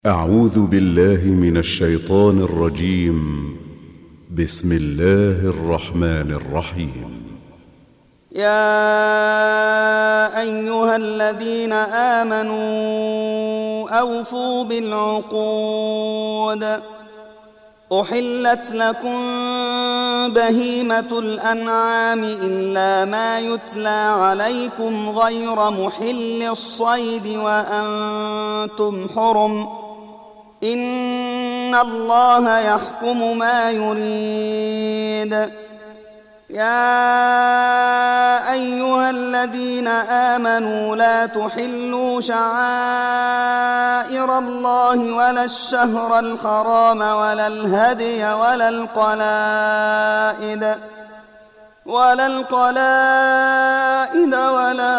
أعوذ بالله من الشيطان الرجيم. بسم الله الرحمن الرحيم. يا أيها الذين آمنوا أوفوا بالعقود. أحلت لكم بهيمة الأنعام إلا ما يتلى عليكم غير محل الصيد وأنتم حرم، إن الله يحكم ما يريد. يا أيها الذين آمنوا لا تحلوا شعائر الله ولا الشهر الحرام ولا الهدي ولا القلائد ولا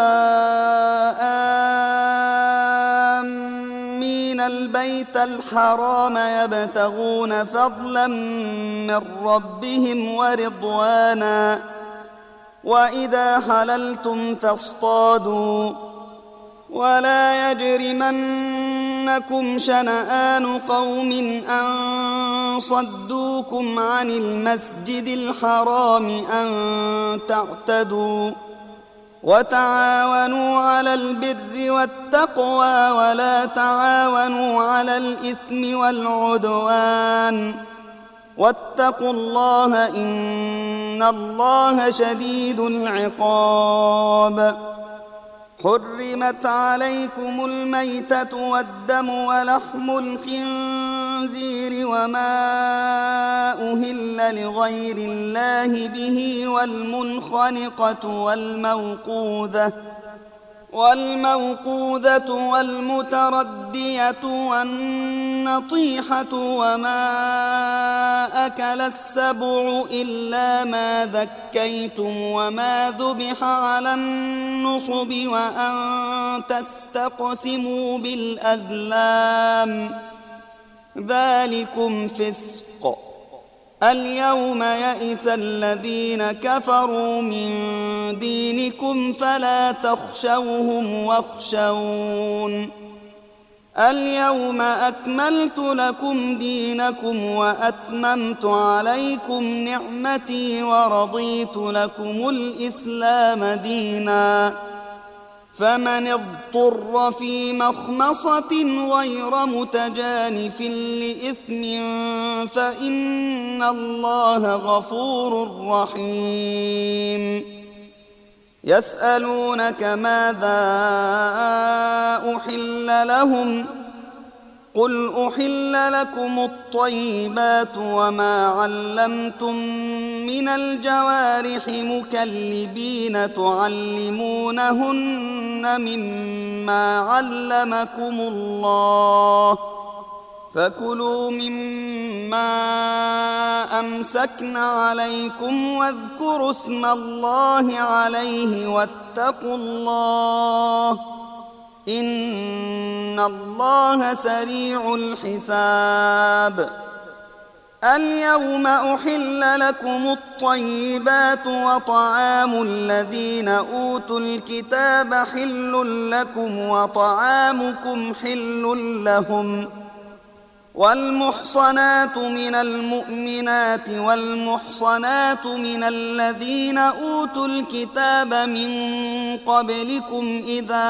آمين البيت الحرام يبتغون فضلا من ربهم ورضوانا، وإذا حللتم فاصطادوا، ولا يجرمنكم شنآن قوم أن صدوكم عن المسجد الحرام أن تعتدوا، وتعاونوا على البر والتقوى ولا تعاونوا على الإثم والعدوان، واتقوا الله إن الله شديد العقاب. حرمت عليكم الميتة والدم ولحم الخنزير وما أهل لغير الله به والمنخنقة والموقوذة والمتردية والنطيحة وما أكل السبع إلا ما ذكيتم وما ذبح على النصب وأن تستقسموا بالأزلام، ذلكم فسق. اليوم يئس الذين كفروا من دينكم فلا تخشوهم واخشون. اليوم أكملت لكم دينكم وأتممت عليكم نعمتي ورضيت لكم الإسلام دينا، فمن اضطر في مخمصة غير متجانف لإثم فإن الله غفور رحيم. يسألونك ماذا أحل لهم، قل أحل لكم الطيبات وما علمتم من الجوارح مكلبين تعلمونهن مما علمكم الله، فكلوا مما أمسكن عليكم واذكروا اسم الله عليه واتقوا الله إن الله سريع الحساب. اليوم أحل لكم الطيبات وطعام الذين أوتوا الكتاب حل لكم وطعامكم حل لهم، والمحصنات من المؤمنات والمحصنات من الذين أوتوا الكتاب من قبلكم إذا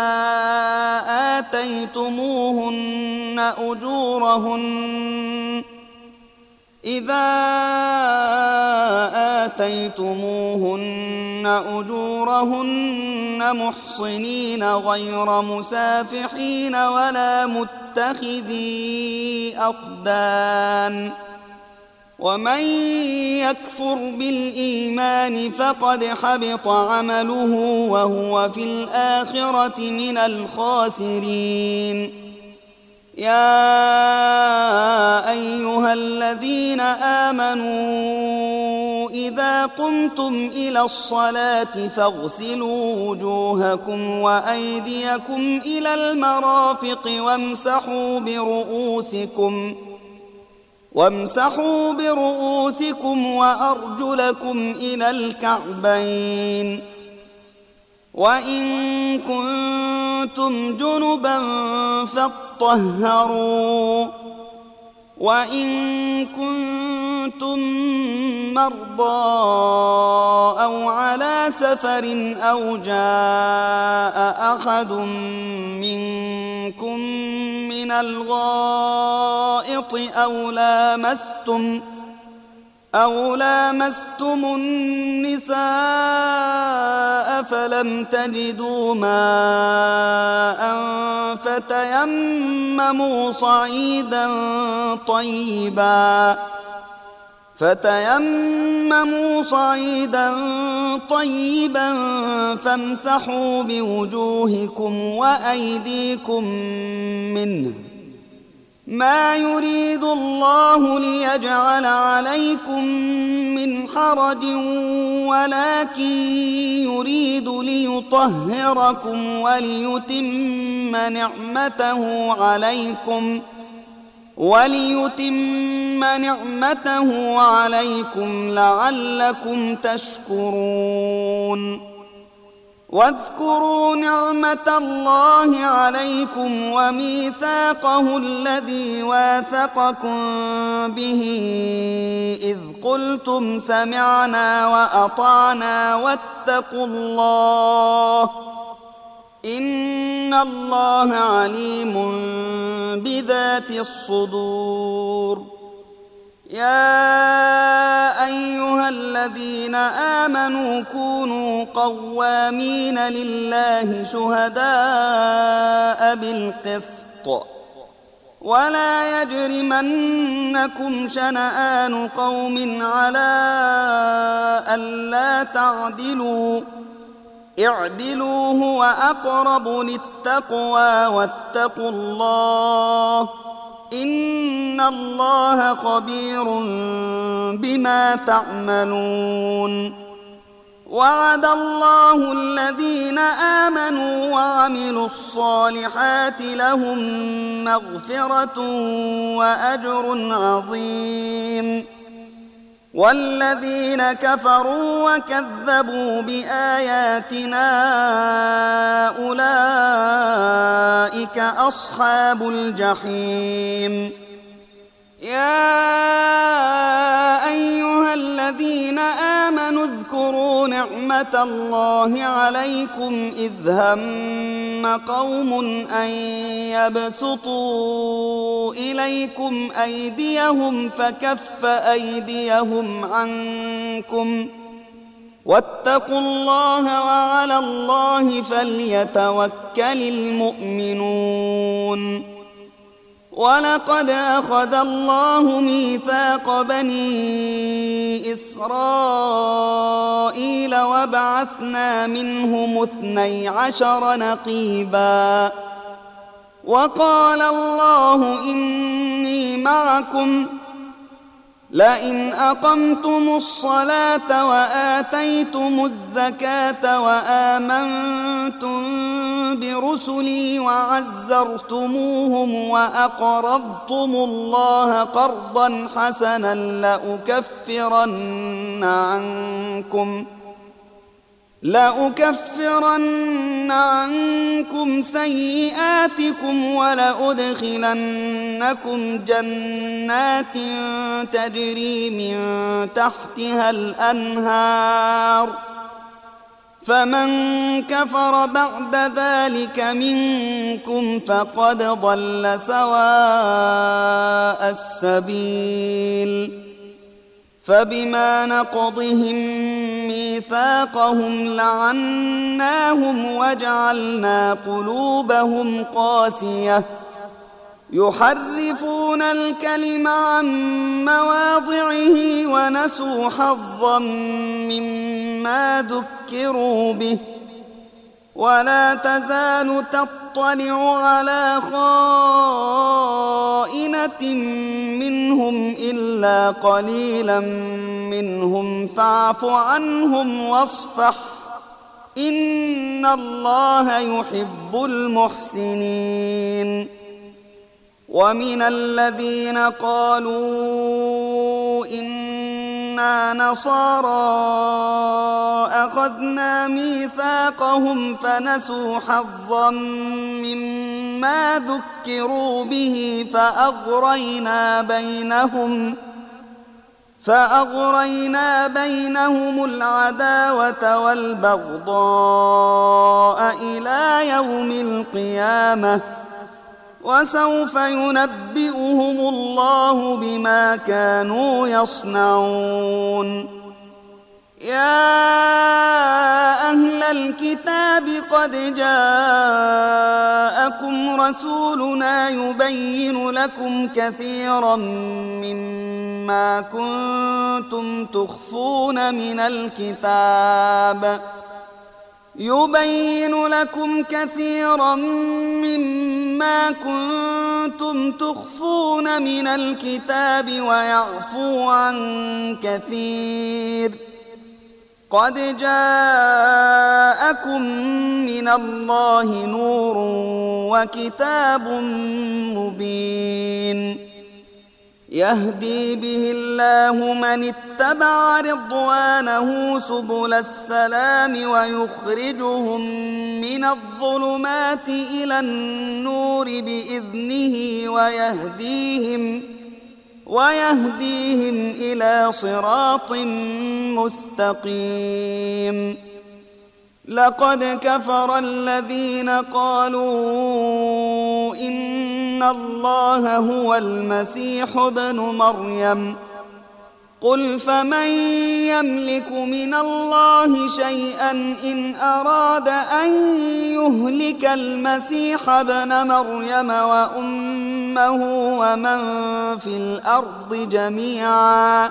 آتيتموهن أجورهن محصنين غير مسافحين ولا متخذي أخدان، ومن يكفر بالإيمان فقد حبط عمله وهو في الآخرة من الخاسرين. يا أيها الذين آمنوا إذا قمتم إلى الصلاة فاغسلوا وجوهكم وأيديكم إلى المرافق وامسحوا برؤوسكم وأرجلكم إلى الكعبين، وإن كنتم جنبا فاطهروا وإن كنتم مرضى أو على سفر أو جاء أحد منكم من الغائط أو لامستم النساء فلم تجدوا ماء فتيمموا صعيدا طيبا فامسحوا بوجوهكم وأيديكم منه ما يريد الله ليجعل عليكم من حرج ولكن يريد ليطهركم وليتم نعمته عليكم لعلكم تشكرون واذكروا نعمة الله عليكم وميثاقه الذي واثقكم به إذ قلتم سمعنا وأطعنا واتقوا الله إن الله عليم بذات الصدور يا أيها الذين آمنوا كونوا قوامين لله شهداء بالقسط ولا يجرمنكم شنآن قوم على ألا تعدلوا اعدلوا هو أقرب للتقوى واتقوا الله إن الله خبير بما تعملون وعد الله الذين آمنوا وعملوا الصالحات لهم مغفرة وأجر عظيم والذين كفروا وكذبوا بآياتنا أولئك أصحاب الجحيم يا أيها الذين آمنوا اذكروا نعمة الله عليكم إذ هم قوم أن يبسطوا إليكم أيديهم فكف أيديهم عنكم واتقوا الله وعلى الله فليتوكل المؤمنون ولقد أخذ الله ميثاق بني إسرائيل وبعثنا منهم 12 نقيبا وقال الله إني معكم لئن أقمتم الصلاة وآتيتم الزكاة وآمنتم برسلي وعزرتموهم وأقرضتم الله قرضا حسنا لأكفرن عنكم سيئاتكم ولأدخلنكم جنات تجري من تحتها الأنهار فمن كفر بعد ذلك منكم فقد ضل سواء السبيل فبما نقضهم ميثاقهم لعناهم وجعلنا قلوبهم قاسية يحرفون الكلم عن مواضعه ونسوا حظا مما ذكروا به ولا تزال تطلع على خائنة منهم إلا قليلا منهم فاعف عنهم واصفح إن الله يحب المحسنين ومن الذين قالوا إنا كنا نصارى أخذنا ميثاقهم فنسوا حظا مما ذكروا به فأغرينا بينهم العداوة والبغضاء إلى يوم القيامة وسوف ينبئهم الله بما كانوا يصنعون. يا أهل الكتاب قد جاءكم رسولنا يبين لكم كثيرا مما كنتم تخفون من الكتاب ويعفو عن كثير. قد جاءكم من الله نور وكتاب مبين يهدي به الله من اتبع رضوانه سبل السلام ويخرجهم من الظلمات إلى النور بإذنه ويهديهم إلى صراط مستقيم. لقد كفر الذين قالوا إن الله هو المسيح ابن مريم قل فمن يملك من الله شيئا إن أراد أن يهلك المسيح ابن مريم وأمه ومن في الأرض جميعا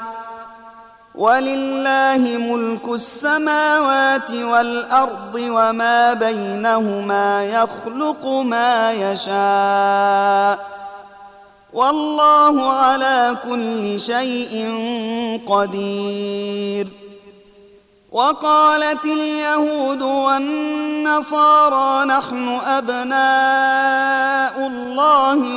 ولله ملك السماوات والأرض وما بينهما يخلق ما يشاء والله على كل شيء قدير. وقالت اليهود والنصارى نحن أبناء الله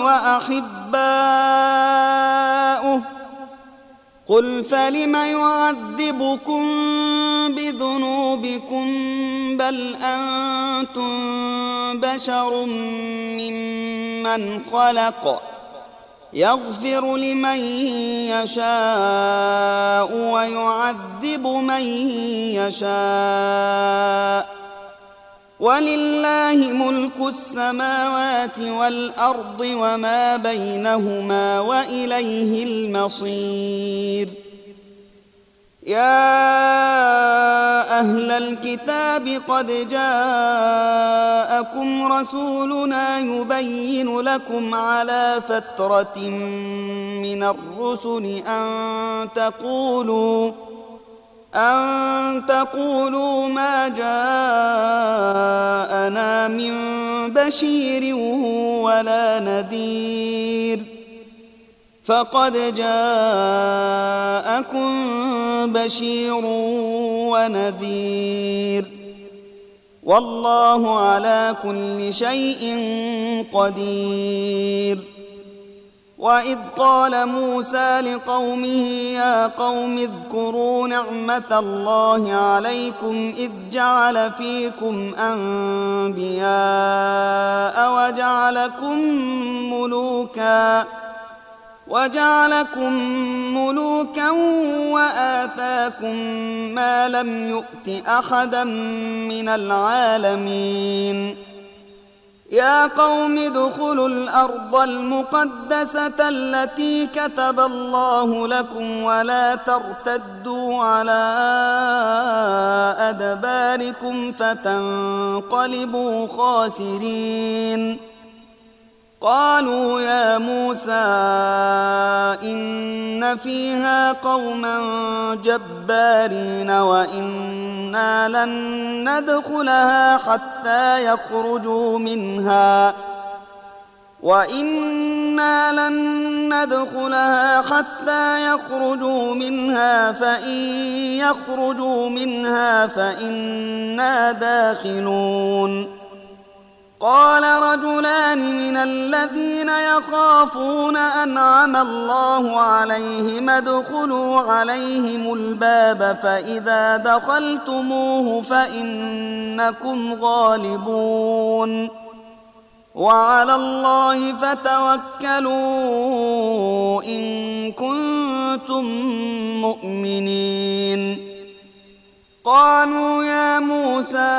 وأحباؤه قل فلم يعذبكم بذنوبكم بل أنتم بشر ممن خلق يغفر لمن يشاء ويعذب من يشاء ولله ملك السماوات والأرض وما بينهما وإليه المصير. يا أهل الكتاب قد جاءكم رسولنا يبين لكم على فترة من الرسل أن تقولوا ما جاءنا من بشير ولا نذير فقد جاءكم بشير ونذير والله على كل شيء قدير. وإذ قال موسى لقومه يا قوم اذكروا نعمة الله عليكم إذ جعل فيكم أنبياء وجعلكم ملوكا وآتاكم ما لم يؤت أحدا من العالمين. يا قوم ادخلوا الأرض المقدسة التي كتب الله لكم ولا ترتدوا على أدباركم فتنقلبوا خاسرين. قالوا يا موسى إن فيها قوما جبارين وإنا لن ندخلها حتى يخرجوا منها فإن يخرجوا منها فإنا داخلون. قال رجلان من الذين يخافون أنعم الله عليهم ادخلوا عليهم الباب فإذا دخلتموه فإنكم غالبون وعلى الله فتوكلوا إن كنتم مؤمنين قالوا يا موسى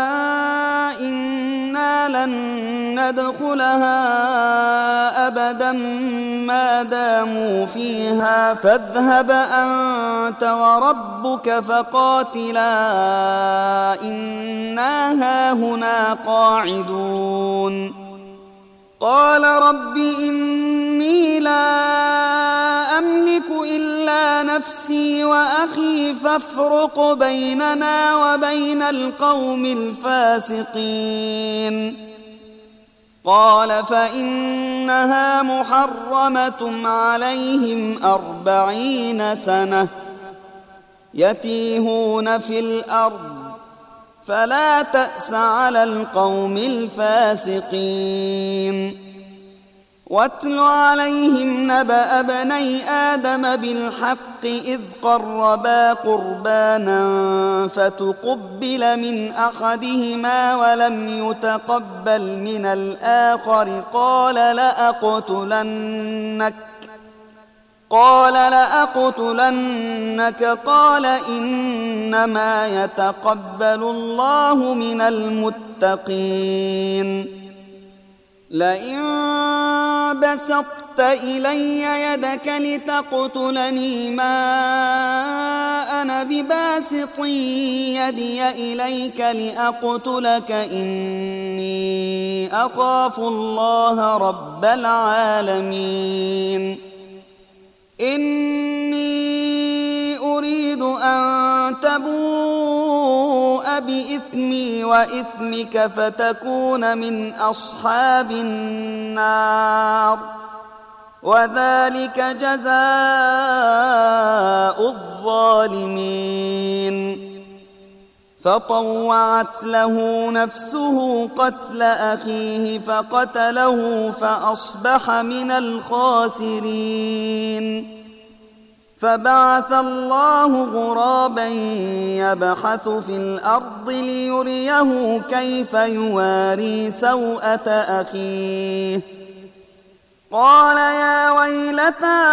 إنا لن ندخلها أبدا ما داموا فيها فاذهب أنت وربك فقاتلا إنا هاهنا قاعدون قال رب إني لا أملك إلا نفسي وأخي فافرق بيننا وبين القوم الفاسقين قال فإنها محرمة عليهم 40 سنة يتيهون في الأرض فلا تأس على القوم الفاسقين واتل عليهم نبأ ابني آدم بالحق إذ قربا قربانا فتقبل من أحدهما ولم يتقبل من الآخر قال لأقتلنك قال إنما يتقبل الله من المتقين لئن بسطت إلي يدك لتقتلني ما أنا بباسط يدي إليك لأقتلك إني أخاف الله رب العالمين إني أريد أن تبوء بإثمي وإثمك فتكون من أصحاب النار وذلك جزاء الظالمين فطوعت له نفسه قتل أخيه فقتله فأصبح من الخاسرين فبعث الله غرابا يبحث في الأرض ليريه كيف يواري سوءة أخيه قال يا ويلتى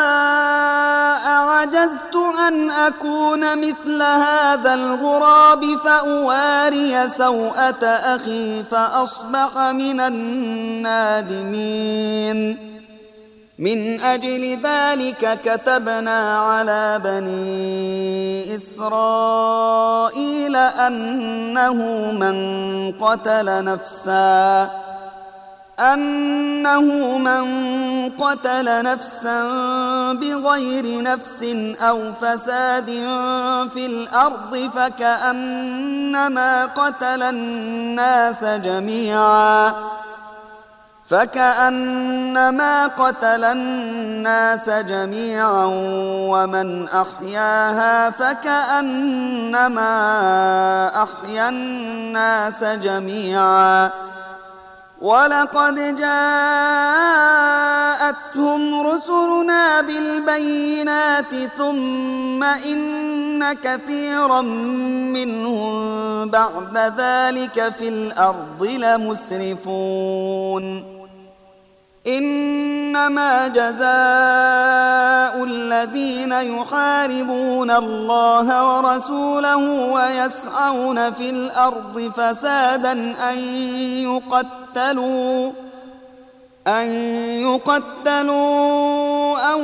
أعجزت أن أكون مثل هذا الغراب فأواري سوءة أخي فأصبح من النادمين من أجل ذلك كتبنا على بني إسرائيل أنه من قتل نفسا بغير نفس أو فساد في الأرض فكأنما قتل الناس جميعا ومن أحياها فكأنما أحيا الناس جميعا ولقد جاءتهم رسلنا بالبينات ثم إن كثيرا منهم بعد ذلك في الأرض لمسرفون إنما جزاء الذين يحاربون الله ورسوله ويسعون في الأرض فسادا أن يقتلوا أو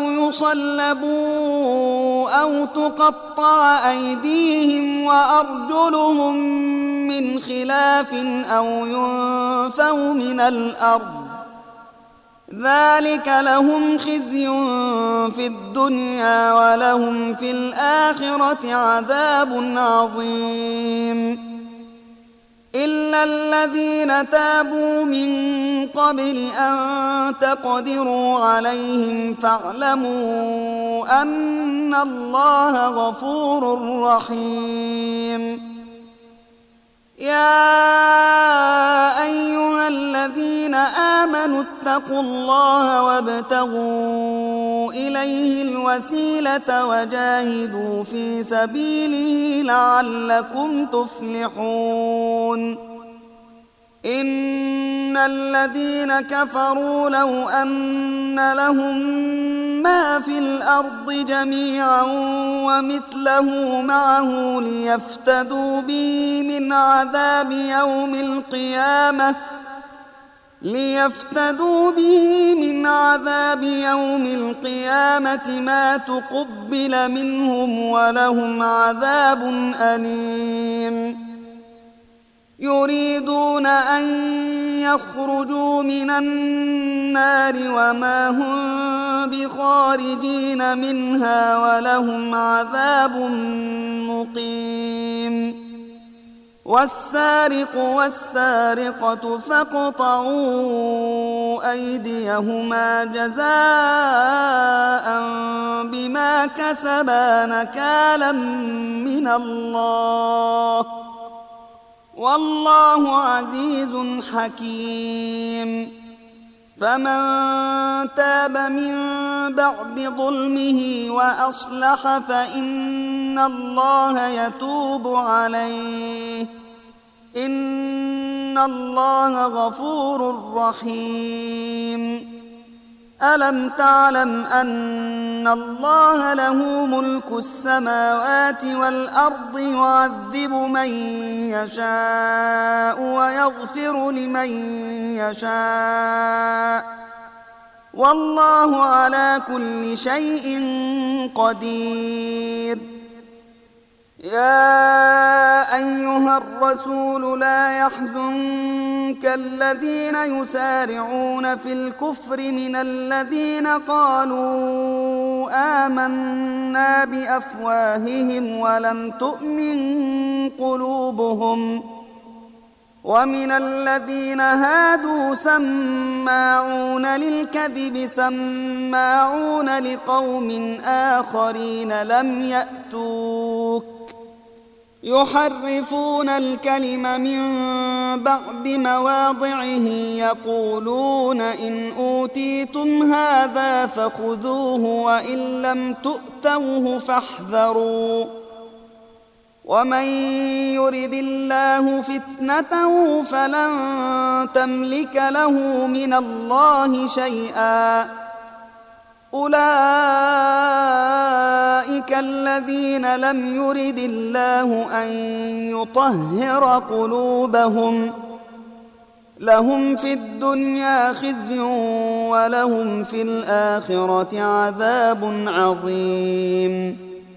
يصلبوا أو تقطع أيديهم وأرجلهم من خلاف أو ينفوا من الأرض ذلك لهم خزي في الدنيا ولهم في الآخرة عذاب عظيم إلا الذين تابوا من قبل أن تقدروا عليهم فاعلموا أن الله غفور رحيم يا أيها الذين آمنوا اتقوا الله وابتغوا إليه الوسيلة وجاهدوا في سبيله لعلكم تفلحون إن الذين كفروا لو أن لهم ما في الأرض جميعا ومثله معه ليفتدوا به من عذاب يوم القيامة ما تقبل منهم ولهم عذاب أليم يريدون أن يخرجوا من النار وما هم بخارجين منها ولهم عذاب مقيم والسارق والسارقة فاقطعوا أيديهما جزاء بما كسبا نكالا من الله والله عزيز حكيم فمن تاب من بعد ظلمه وأصلح فإن الله يتوب عليه إن الله غفور رحيم ألم تعلم أن الله له ملك السماوات والأرض يعذب من يشاء ويغفر لمن يشاء والله على كل شيء قدير يا أيها الرسول لا يحزنك الذين يسارعون في الكفر من الذين قالوا آمنا بأفواههم ولم تؤمن قلوبهم ومن الذين هادوا سماعون للكذب سماعون لقوم آخرين لم يأتوك يحرفون الكلم من بعد مواضعه يقولون إن أوتيتم هذا فخذوه وإن لم تؤتوه فاحذروا ومن يرد الله فتنته فلن تملك له من الله شيئا أولئك الذين لم يرد الله أن يطهر قلوبهم لهم في الدنيا خزي ولهم في الآخرة عذاب عظيم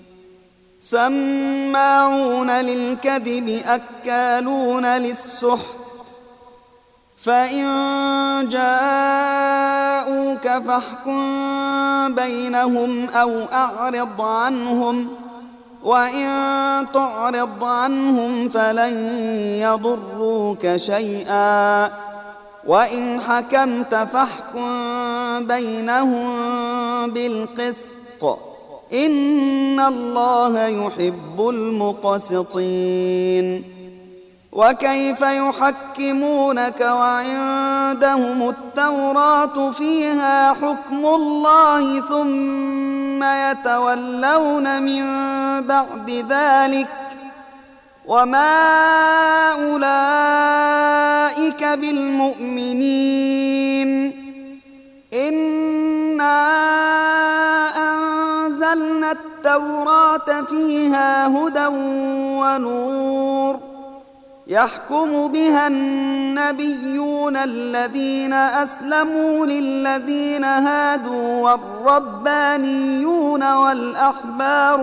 سماعون للكذب أكالون للسحت فإن جاءوك فاحكم بينهم أو أعرض عنهم وإن تعرض عنهم فلن يضروك شيئا وإن حكمت فاحكم بينهم بالقسط إن الله يحب المقسطين وكيف يحكمونك وعندهم التوراة فيها حكم الله ثم يتولون من بعد ذلك وما أولئك بالمؤمنين إنا أنزلنا التوراة فيها هدى ونور يحكم بها النبيون الذين أسلموا للذين هادوا والربانيون والأحبار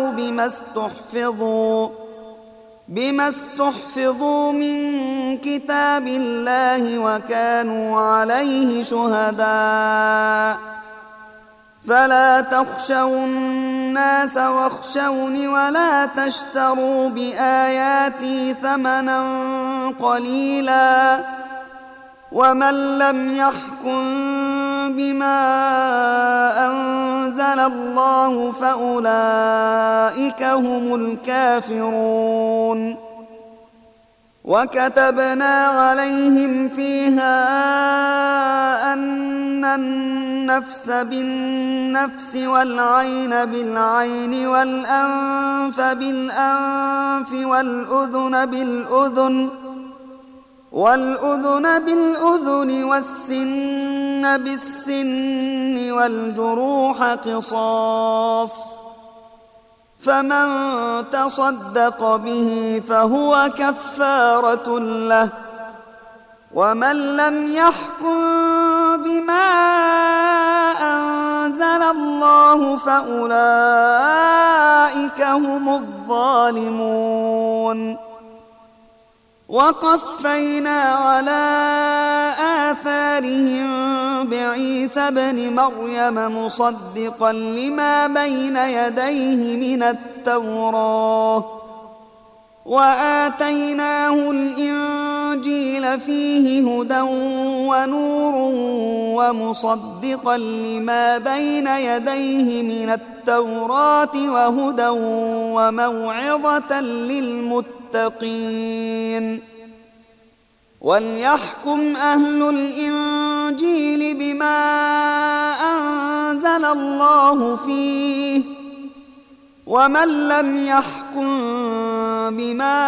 بما استحفظوا من كتاب الله وكانوا عليه شهداء فلا تخشوا الناس واخشوني ولا تشتروا بآياتي ثمنا قليلا ومن لم يحكم بما أنزل الله فأولئك هم الكافرون وكتبنا عليهم فيها أن النفس بالنفس والعين بالعين والأنف بالأنف والأذن بالأذن والسن بالسن والجروح قصاص، فمن تصدق به فهو كفارة له، ومن لم يحكم بما أنزل الله فأولئك هم الظالمون. وقفينا على آثارهم بعيسى ابن مريم مصدقا لما بين يديه من التوراة، وآتيناه الإنجيل فيه هدى ونور ومصدقا لما بين يديه من التوراة وهدى وموعظة للمتقين. وليحكم أهل الإنجيل بما أنزل الله فيه، ومن لم يحكم بما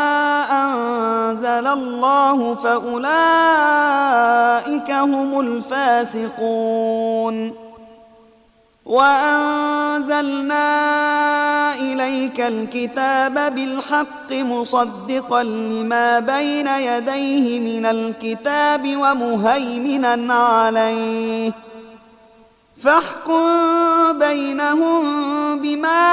أنزل الله فأولئك هم الفاسقون. وأنزلنا إليك الكتاب بالحق مصدقا لما بين يديه من الكتاب ومهيمنا عليه، فاحكم بينهم بما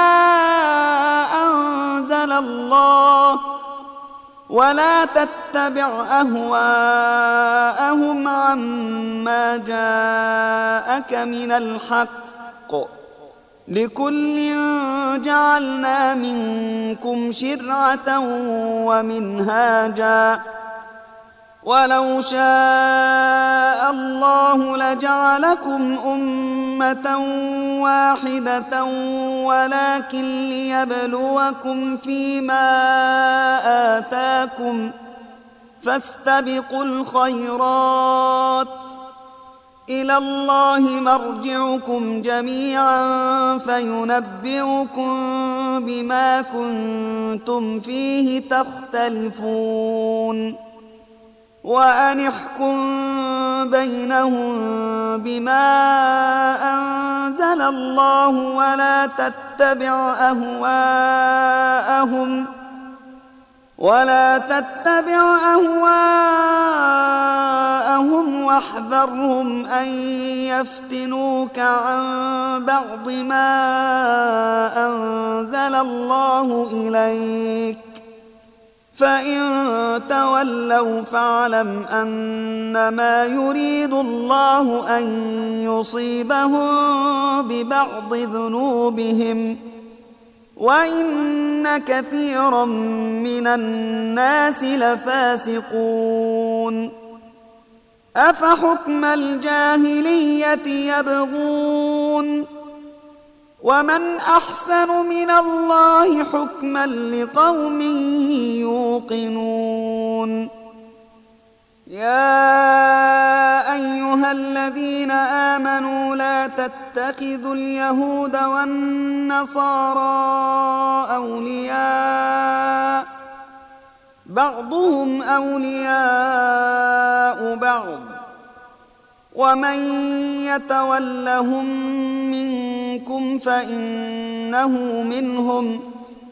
أنزل الله، ولا تتبع أهواءهم عما جاءك من الحق، لكل جعلنا منكم شرعة ومنهاجا، ولو شاء الله لجعلكم أمة واحدة ولكن ليبلوكم فيما آتاكم، فاستبقوا الخيرات، إلى الله مرجعكم جميعا فينبئكم بما كنتم فيه تختلفون. وأن احكم بينهم بما أنزل الله ولا تتبع أهواءهم واحذرهم أن يفتنوك عن بعض ما أنزل الله إليك، فإن تولوا فاعلم أنما يريد الله أن يصيبهم ببعض ذنوبهم، وإن كثيرا من الناس لفاسقون. أفحكم الجاهلية يبغون، ومن أحسن من الله حكما لقوم يوقنون. يا أيها الذين آمنوا لا تتخذوا اليهود والنصارى أولياء، بعضهم أولياء بعض، ومن يتولهم منكم فإنه منهم،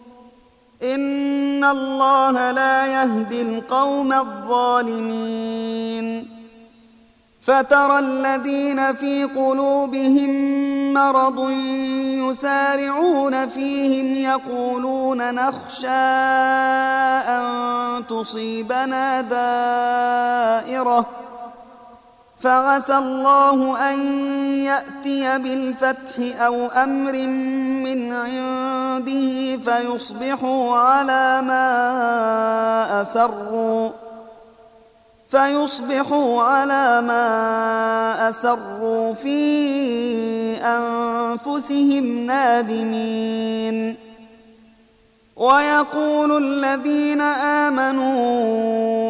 إن الله لا يهدي القوم الظالمين. فترى الذين في قلوبهم مرض يسارعون فيهم يقولون نخشى أن تصيبنا دائرة، فعسى الله أن يأتي بالفتح أو أمر من عنده فيصبحوا على ما أسروا في أنفسهم نادمين. ويقول الذين آمنوا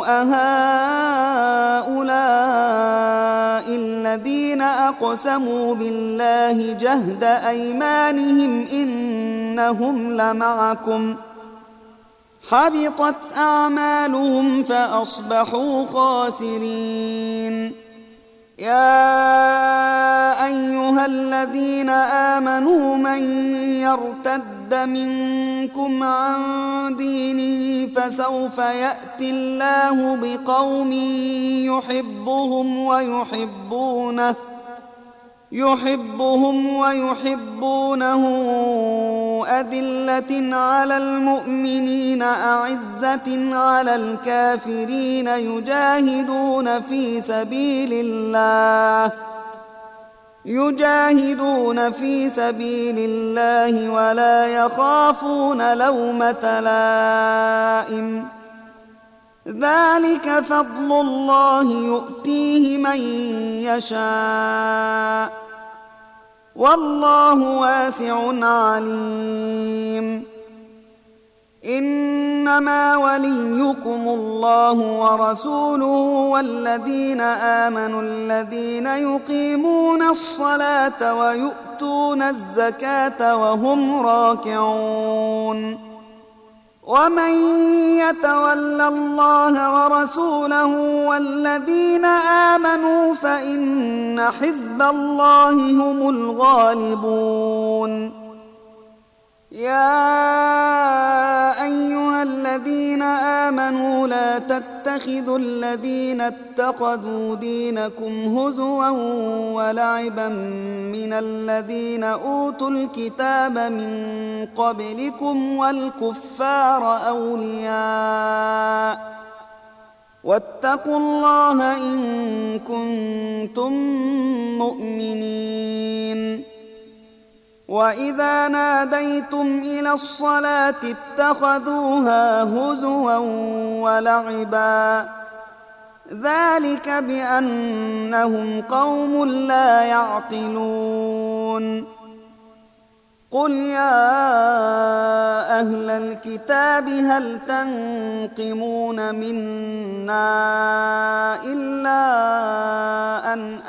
أهؤلاء الذين أقسموا بالله جهد أيمانهم إنهم لمعكم حبطت أعمالهم فأصبحوا خاسرين. يا أيها الذين آمنوا من يرتد منكم عن دينه فسوف يأتي الله بقوم يحبهم ويحبونه أذلة على المؤمنين أعزة على الكافرين يجاهدون في سبيل الله ولا يخافون لومة لائم ذلك فضل الله يؤتيه من يشاء والله واسع عليم. إنما وليكم الله ورسوله والذين آمنوا الذين يقيمون الصلاة ويؤتون الزكاة وهم راكعون. ومن يتول الله ورسوله والذين آمنوا فإن حزب الله هم الغالبون. يا أيها الذين آمنوا لا تتخذوا الذين اتخذوا دينكم هزوا ولعبا من الذين أوتوا الكتاب من قبلكم والكفار أولياء واتقوا الله إن كنتم مؤمنين. وإذا ناديتم إلى الصلاة اتخذوها هزوا ولعبا ذلك بأنهم قوم لا يعقلون. قل يا أهل الكتاب هل تنقمون منا إلا أن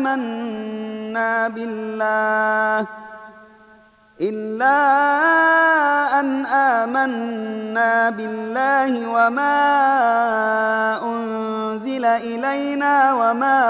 آمنا بالله وما أنزل إلينا وما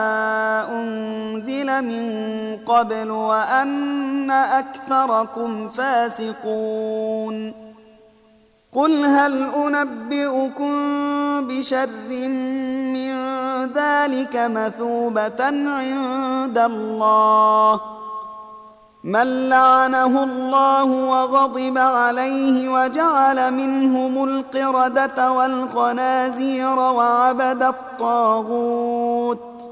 أنزل من قبل وأن أكثركم فاسقون. قل هل أنبئكم بشر من ذلك مثوبة عند الله من لعنه الله وغضب عليه وجعل منهم القردة والخنازير وعبد الطاغوت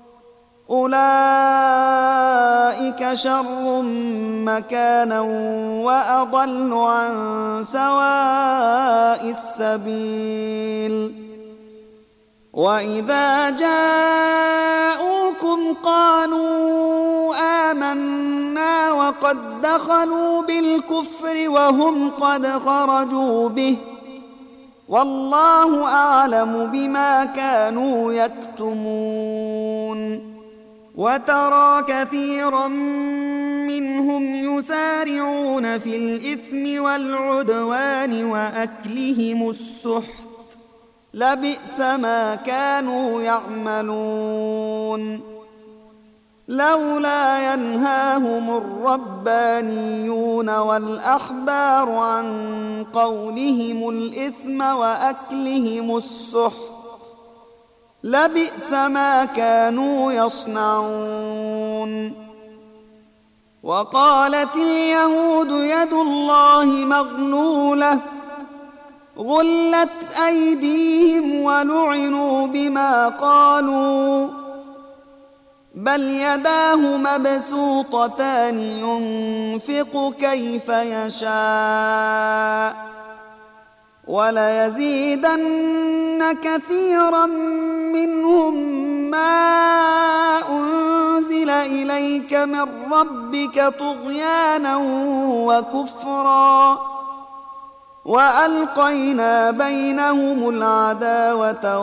أولئك شر مكانا وأضل عن سواء السبيل. وإذا جاءوكم قالوا آمنا وقد دخلوا بالكفر وهم قد خرجوا به والله أعلم بما كانوا يكتمون. وترى كثيرا منهم يسارعون في الإثم والعدوان وأكلهم السحت لبئس ما كانوا يعملون. لولا ينهاهم الربانيون والأحبار عن قولهم الإثم وأكلهم السحت لبئس ما كانوا يصنعون. وقالت اليهود يد الله مغلولة غلت أيديهم ولعنوا بما قالوا بل يداه مبسوطتان ينفق كيف يشاء وليزيدن كثيرا منهم ما أنزل إليك من ربك طغيانا وكفرا وألقينا بينهم العداوة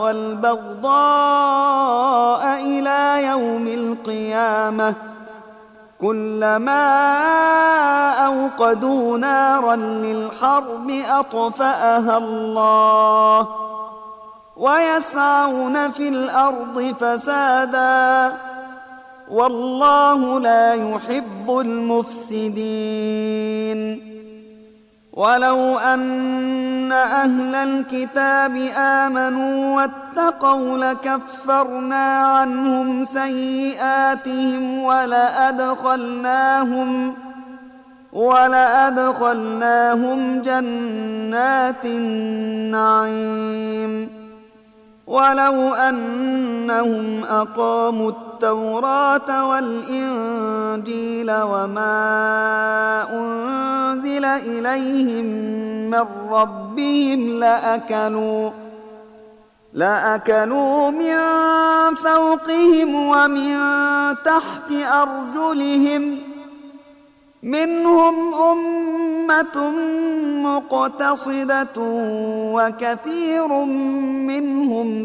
والبغضاء إلى يوم القيامة كلما أوقدوا نارا للحرب أطفأها الله ويسعون في الأرض فسادا والله لا يحب المفسدين. ولو أن أهل الكتاب آمنوا واتقوا لكفرنا عنهم سيئاتهم ولأدخلناهم جنات النعيم ولو أنهم أقاموا التوراة والإنجيل وما أنزل إليهم من ربهم لأكلوا من فوقهم ومن تحت أرجلهم منهم أمة مقتصدة وكثير منهم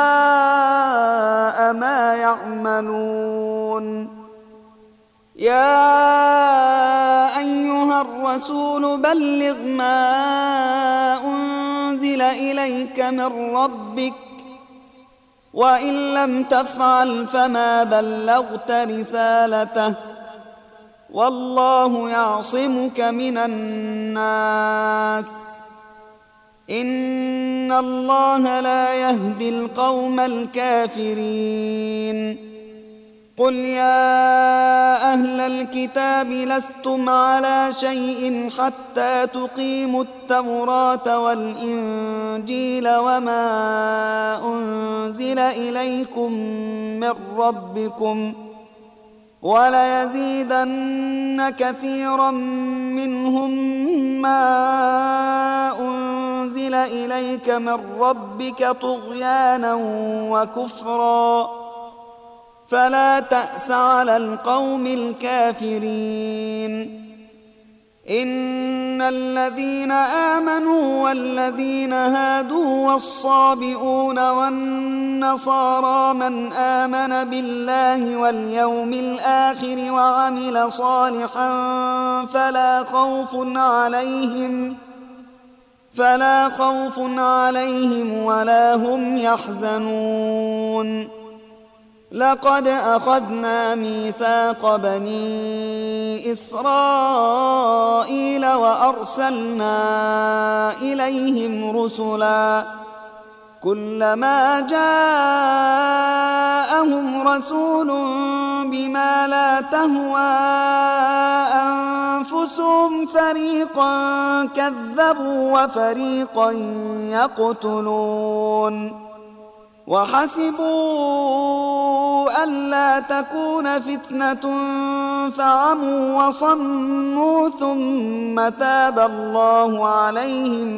ساء ما يعملون. يا أيها الرسول بلغ ما أنزل إليك من ربك وإن لم تفعل فما بلغت رسالته والله يعصمك من الناس إن الله لا يهدي القوم الكافرين. قل يا أهل الكتاب لستم على شيء حتى تقيموا التوراة والإنجيل وما أنزل إليكم من ربكم وليزيدن كثيرا منهم ما أنزل إليك من ربك طغيانا وكفرا فلا تأس على القوم الكافرين. إن الذين آمنوا والذين هادوا والصابئون والنصارى من آمن بالله واليوم الآخر وعمل صالحا فلا خوف عليهم ولا هم يحزنون. لقد أخذنا ميثاق بني إسرائيل وأرسلنا إليهم رسلا كلما جاءهم رسول بما لا تهوى أنفسهم فريقا كذبوا وفريقا يقتلون. وحسبوا ألا تكون فتنة فعموا وصموا ثم تاب الله عليهم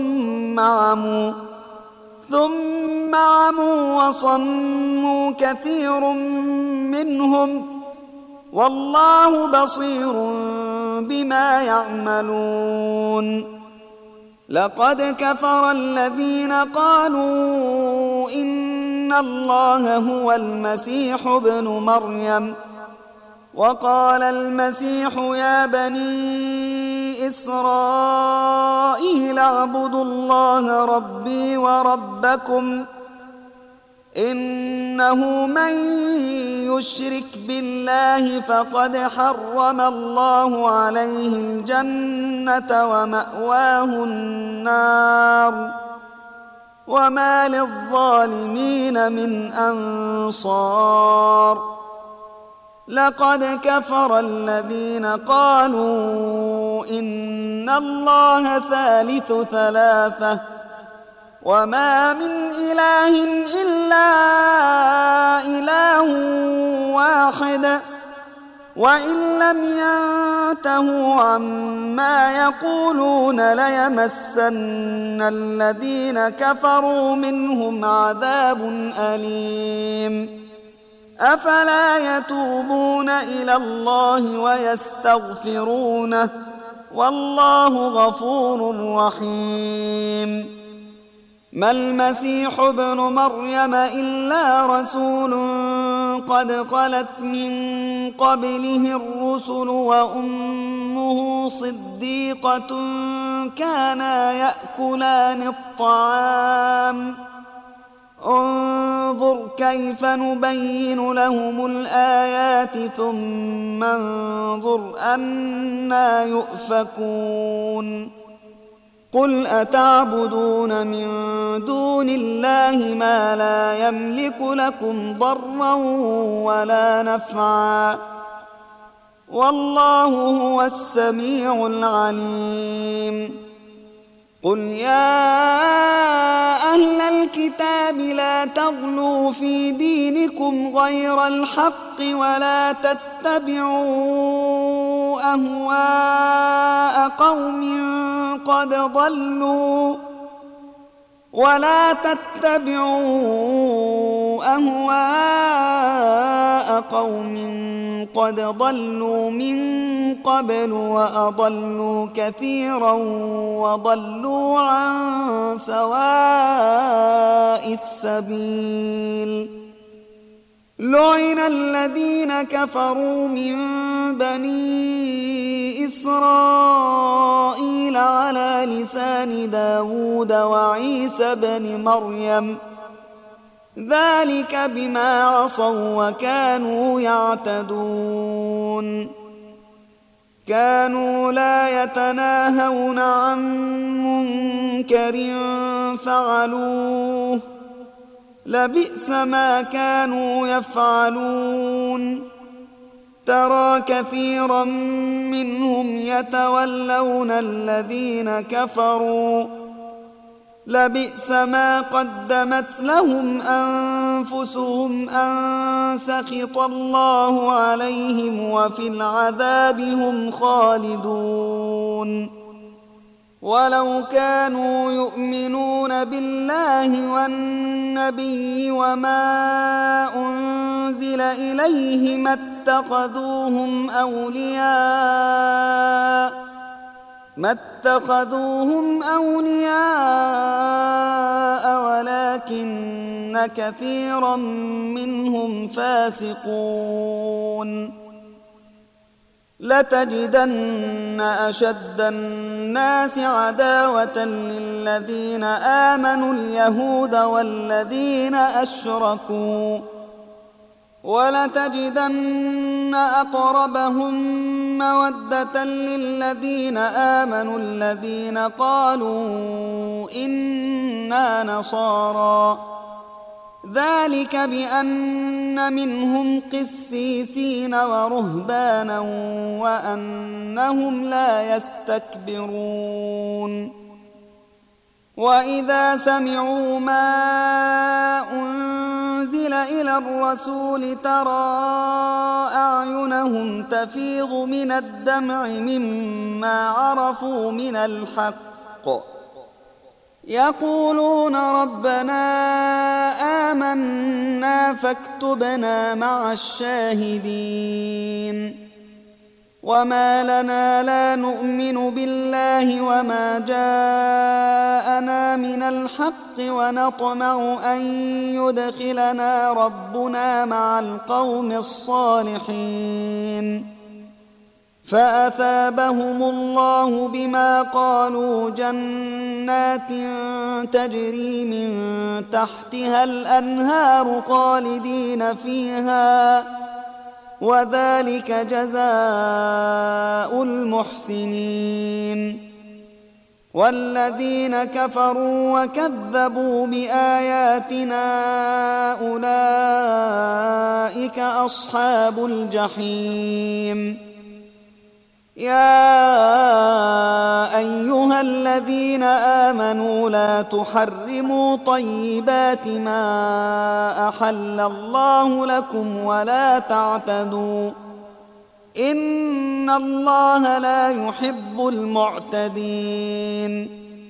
ثم عموا وصموا كثير منهم والله بصير بما يعملون. لقد كفر الذين قالوا إن الله هو المسيح ابن مريم وقال المسيح يا بني إسرائيل اعبدوا الله ربي وربكم إنه من يشرك بالله فقد حرم الله عليه الجنة ومأواه النار وما للظالمين من أنصار. لقد كفر الذين قالوا إن الله ثالث ثلاثة وما من إله إلا إله واحد وإن لم ينتهوا عما يقولون ليمسن الذين كفروا منهم عذاب أليم. أفلا يتوبون إلى الله ويستغفرونه والله غفور رحيم. ما المسيح ابن مريم إلا رسول قد خلت من قبله الرسل وأمه صديقة كانا يأكلان الطعام انظر كيف نبين لهم الآيات ثم انظر أنى يؤفكون. قل أتعبدون من دون الله ما لا يملك لكم ضرا ولا نفعا والله هو السميع العليم. قل يا أهل الكتاب لا تغلوا في دينكم غير الحق ولا تتبعوا أهواء قوم قد ضلوا من قبل وأضلوا كثيرا وضلوا عن سواء السبيل. لعن الذين كفروا من بني إسرائيل على لسان داود وعيسى بن مريم ذلك بما عصوا وكانوا يعتدون. كانوا لا يتناهون عن منكر فعلوه لبئس ما كانوا يفعلون. ترى كثيرا منهم يتولون الذين كفروا لبئس ما قدمت لهم أنفسهم أن سخط الله عليهم وفي العذاب هم خالدون. ولو كانوا يؤمنون بالله والنبي وما أنزل إليه ما اتخذوهم أولياء ولكن كثيرا منهم فاسقون. لتجدن أشد الناس عداوة للذين آمنوا اليهود والذين أشركوا ولتجدن أقربهم مودة للذين آمنوا الذين قالوا إنا نصارى ذلك بأن منهم قسيسين ورهبانا وأنهم لا يستكبرون. وإذا سمعوا ما أنزل إلى الرسول ترى أعينهم تفيض من الدمع مما عرفوا من الحق يقولون ربنا آمنا فاكتبنا مع الشاهدين. وما لنا لا نؤمن بالله وما جاءنا من الحق ونطمع أن يدخلنا ربنا مع القوم الصالحين. فأثابهم الله بما قالوا جنات تجري من تحتها الأنهار خالدين فيها وذلك جزاء المحسنين. والذين كفروا وكذبوا بآياتنا أولئك أصحاب الجحيم. يا أيها الذين آمنوا لا تحرموا طيبات ما أحل الله لكم ولا تعتدوا إن الله لا يحب المعتدين.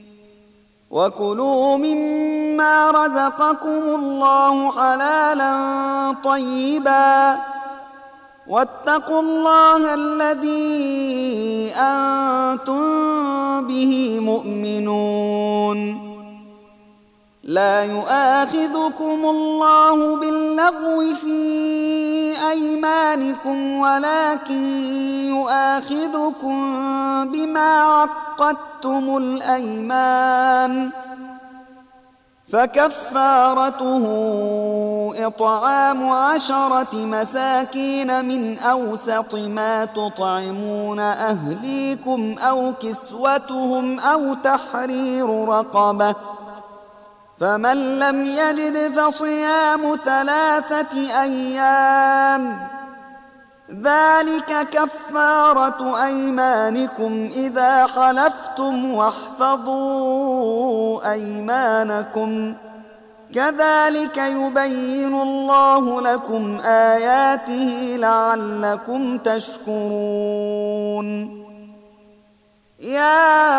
وكلوا مما رزقكم الله حلالا طيبا واتقوا الله الذي أنتم به مؤمنون لا يؤاخذكم الله باللغو في أيمانكم ولكن يؤاخذكم بما عقدتم الأيمان فكفارته إطعام 10 مساكين من أوسط ما تطعمون أهليكم أو كسوتهم أو تحرير رقبة فمن لم يجد فصيام 3 أيام ذلك كفارة أيمانكم إذا حلفتم واحفظوا أيمانكم كذلك يبين الله لكم آياته لعلكم تشكرون يا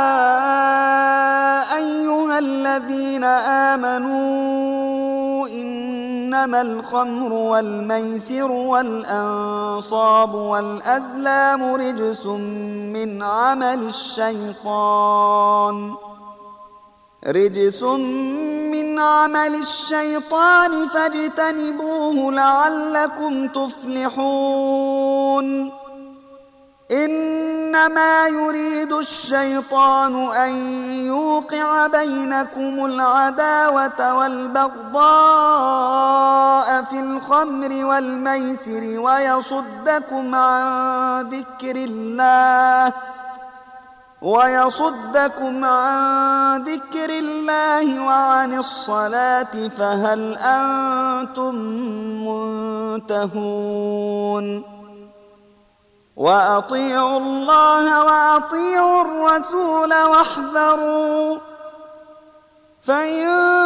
أيها الذين آمنوا إنما الخمر والميسر والأنصاب والأزلام رجس من عمل الشيطان فاجتنبوه لعلكم تفلحون إنما يريد الشيطان أن يوقع بينكم العداوة والبغضاء في الخمر والميسر ويصدكم عن ذكر الله وعن الصلاة فهل أنتم منتهون وأطيعوا الله وأطيعوا الرسول واحذروا فإن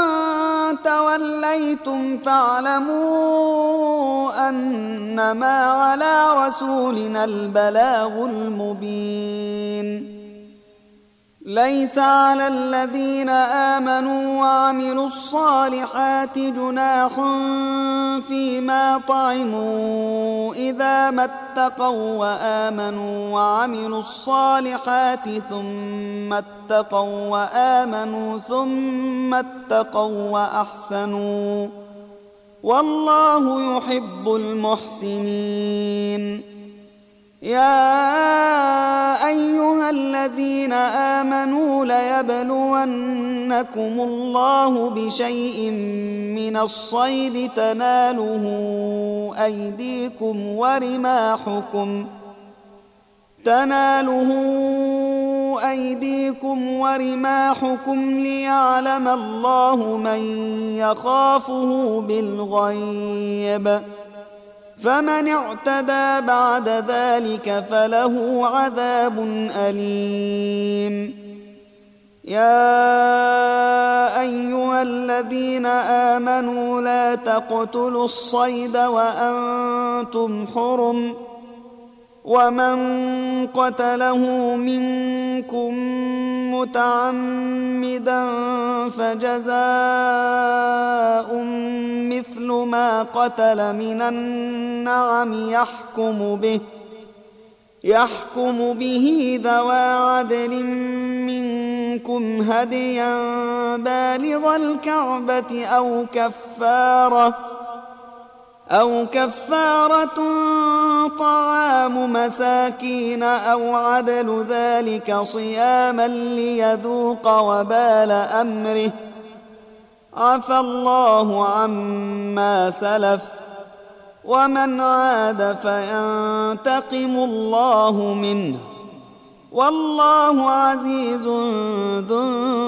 توليتم فاعلموا أنما على رسولنا البلاغ المبين ليس على الذين آمنوا وعملوا الصالحات جناح فيما طعموا إذا ما اتقوا وآمنوا وعملوا الصالحات ثم اتقوا وآمنوا ثم اتقوا وأحسنوا والله يحب المحسنين يا أيها الذين آمنوا ليبلونكم الله بشيء من الصيد تناله أيديكم ورماحكم ليعلم الله من يخافه بالغيب فمن اعتدى بعد ذلك فله عذاب أليم يا أيها الذين آمنوا لا تقتلوا الصيد وأنتم حرم ومن قتله منكم متعمدا فجزاء مثل ما قتل من النعم يحكم به ذوى عدل منكم هديا بالغ الكعبة أو كفارة طعام مساكين أو عدل ذلك صياما ليذوق وبال أمره عفى الله عما سلف ومن عاد فينتقم الله منه والله عزيز ذو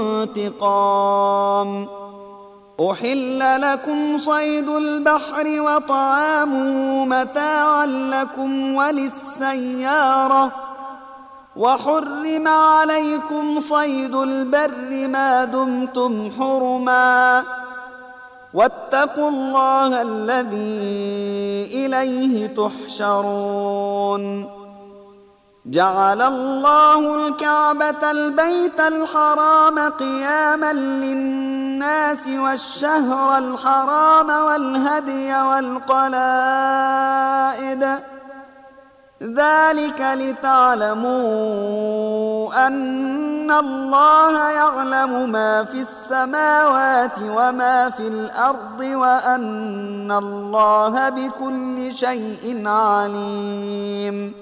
انتقام أحل لكم صيد البحر وطعامه متاعا لكم وللسيارة وحرم عليكم صيد البر ما دمتم حرما واتقوا الله الذي إليه تحشرون جعل الله الكعبة البيت الحرام قياما للناس والشهر الحرام والهدي والقلائد ذلك لتعلموا أن الله يعلم ما في السماوات وما في الأرض وأن الله بكل شيء عليم.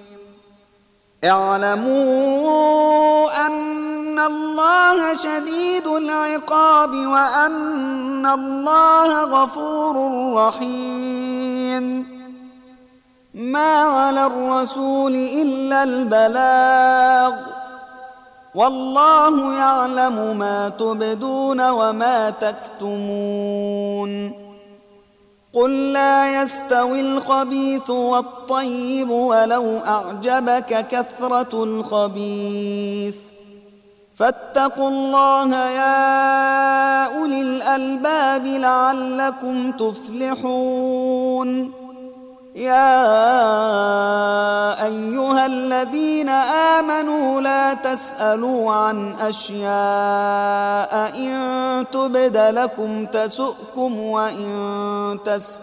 اعلموا أن الله شديد العقاب وأن الله غفور رحيم. ما على الرسول إلا البلاغ والله يعلم ما تبدون وما تكتمون. قل لا يستوي الخبيث والطيب ولو أعجبك كثرة الخبيث فاتقوا الله يا أولي الألباب لعلكم تفلحون. يا أيها الذين آمنوا لا تسألوا عن أشياء إن تبد لكم تسؤكم وإن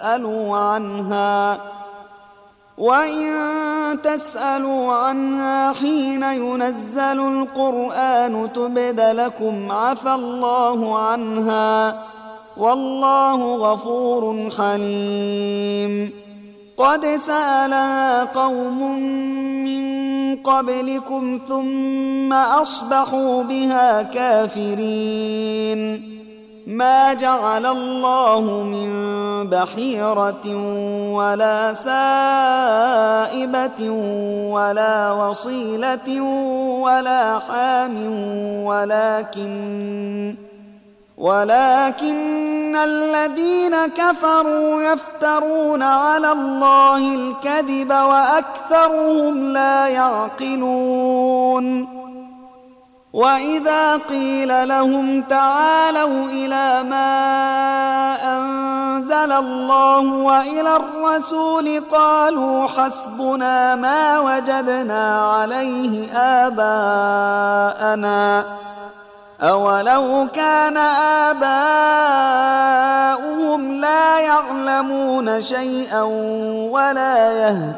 تسألوا عنها حين ينزل القرآن تبد لكم عفى الله عنها والله غفور حليم. قد سألها قوم من قبلكم ثم أصبحوا بها كافرين. ما جعل الله من بحيرة ولا سائبة ولا وصيلة ولا حام ولكن الذين كفروا يفترون على الله الكذب وأكثرهم لا يعقلون. وإذا قيل لهم تعالوا إلى ما أنزل الله وإلى الرسول قالوا حسبنا ما وجدنا عليه آباءنا أولو كان آباؤهم لا يعلمون شيئا ولا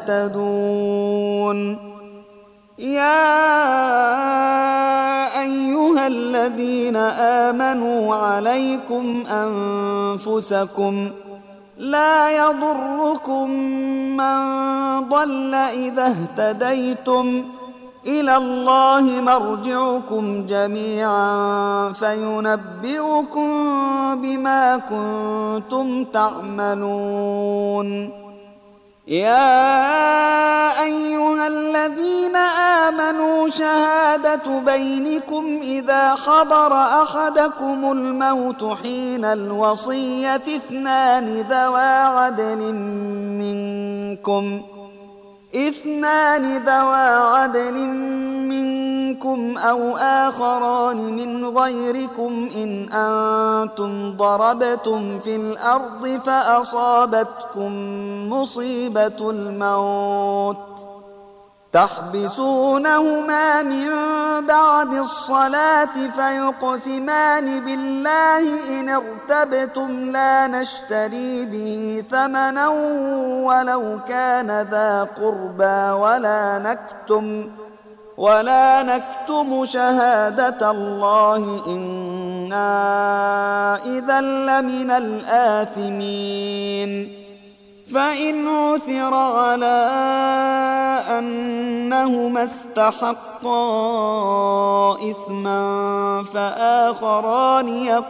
يهتدون. يا أيها الذين آمنوا عليكم أنفسكم لا يضركم من ضل إذا اهتديتم إلى الله مرجعكم جميعا فينبئكم بما كنتم تعملون. يا أيها الذين آمنوا شهادة بينكم إذا حضر أحدكم الموت حين الوصية اثنان ذوى عدل منكم أو آخران من غيركم إن أنتم ضربتم في الأرض فأصابتكم مصيبة الموت تحبسونهما من بعد الصلاة فيقسمان بالله إن ارتبتم لا نشتري به ثمنا ولو كان ذا قربى ولا نكتم شهادة الله إنا إذا لمن الآثمين. فإن عثر على أنهما استحقا إثما فآخران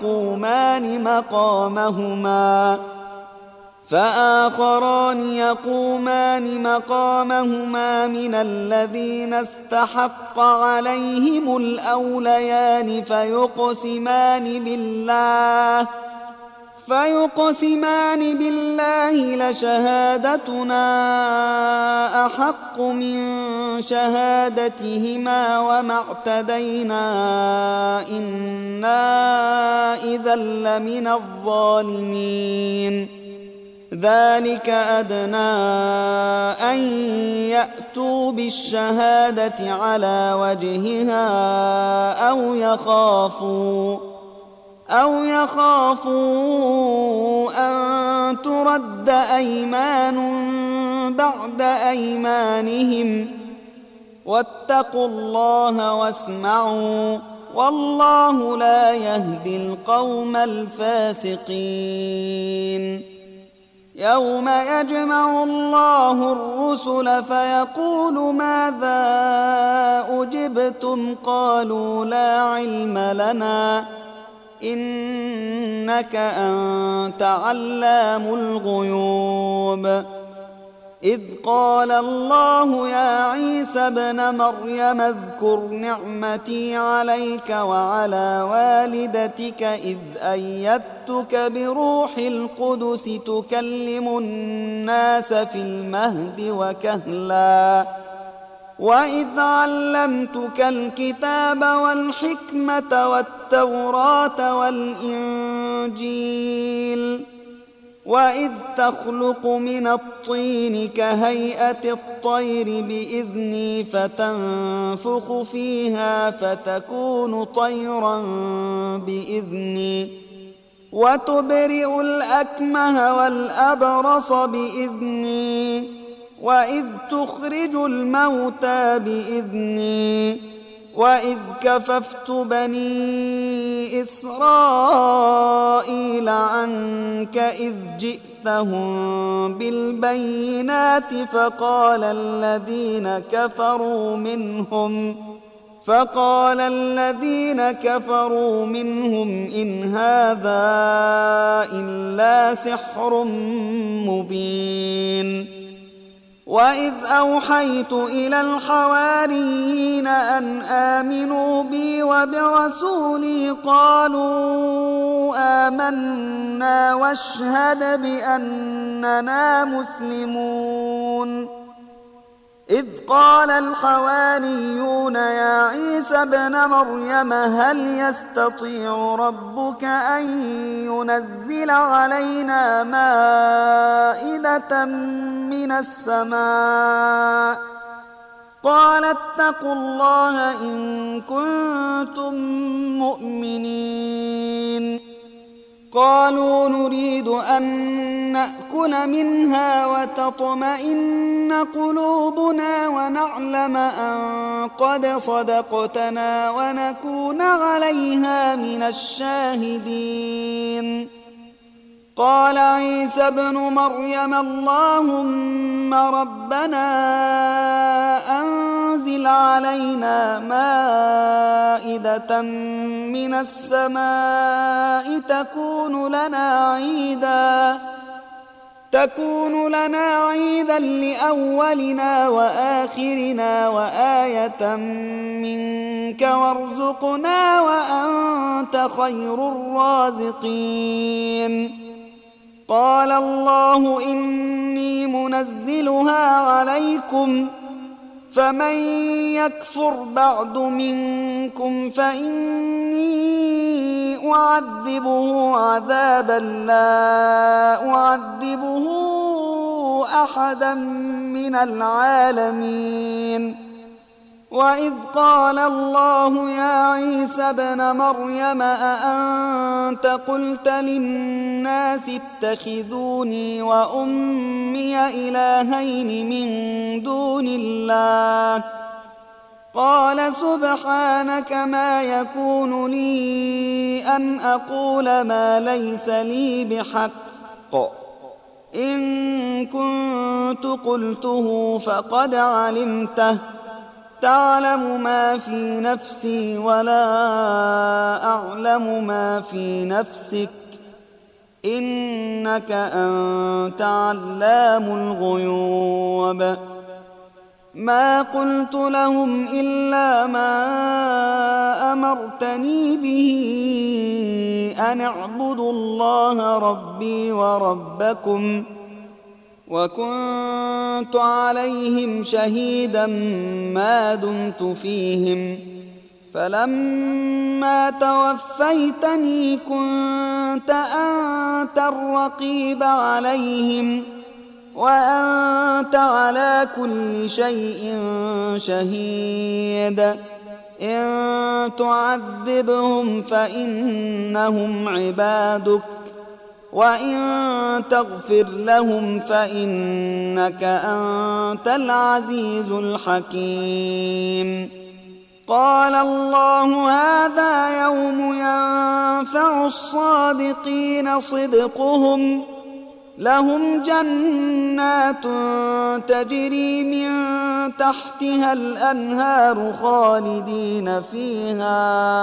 يقومان مقامهما من الذين استحق عليهم الأوليان فيقسمان بالله لشهادتنا أحق من شهادتهما وما اعتدينا إنا إذا لمن الظالمين. ذلك أدنى أن يأتوا بالشهادة على وجهها أو يخافوا أن ترد أيمان بعد أيمانهم واتقوا الله واسمعوا والله لا يهدي القوم الفاسقين يوم يجمع الله الرسل فيقول ماذا أجبتم قالوا لا علم لنا إنك أنت علام الغيوب إذ قال الله يا عيسى ابن مريم اذكر نعمتي عليك وعلى والدتك إذ أيدتك بروح القدس تكلم الناس في المهد وكهلا وإذ علمتك الكتاب والحكمة والتوراة والإنجيل وإذ تخلق من الطين كهيئة الطير بإذني فتنفخ فيها فتكون طيرا بإذني وتبرئ الأكمه والأبرص بإذني وإذ تخرج الموتى بإذني وإذ كففت بني إسرائيل عنك إذ جئتهم بالبينات فقال الذين كفروا منهم إن هذا إلا سحر مبين وإذ أوحيت إلى الحواريين أن آمنوا بي وبرسولي قالوا آمنا واشهد بأننا مسلمون إذ قال الحواريون يا عيسى ابن مريم هل يستطيع ربك أن ينزل علينا مائدة من السماء قال اتقوا الله إن كنتم مؤمنين قالوا نريد أن نأكل منها وتطمئن قلوبنا ونعلم أن قد صدقتنا ونكون عليها من الشاهدين قال عيسى ابن مريم اللهم ربنا أنزل علينا مائدة من السماء تكون لنا عيدا لأولنا وآخرنا وآية منك وارزقنا وأنت خير الرازقين قال الله إني منزلها عليكم فمن يكفر بعد منكم فإني أعذبه عذابا لا أعذبه أحدا من العالمين وإذ قال الله يا عيسى ابن مريم أأنت قلت للناس اتخذوني وأمي إلهين من دون الله قال سبحانك ما يكون لي أن أقول ما ليس لي بحق إن كنت قلته فقد علمته تعلم ما في نفسي ولا أعلم ما في نفسك إنك أنت علام الغيوب ما قلت لهم إلا ما أمرتني به أن اعبدوا الله ربي وربكم وكنت عليهم شهيدا ما دمت فيهم فلما توفيتني كنت أنت الرقيب عليهم وأنت على كل شيء شهيد إن تعذبهم فإنهم عبادك وإن تغفر لهم فإنك أنت العزيز الحكيم. قال الله هذا يوم ينفع الصادقين صدقهم، لهم جنات تجري من تحتها الأنهار خالدين فيها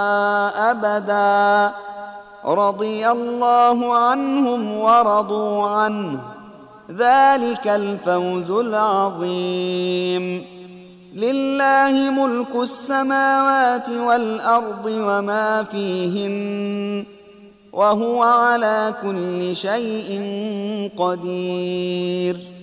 أبدا، رضي الله عنهم ورضوا عنه، ذلك الفوز العظيم. لله ملك السماوات والأرض وما فيهن، وهو على كل شيء قدير.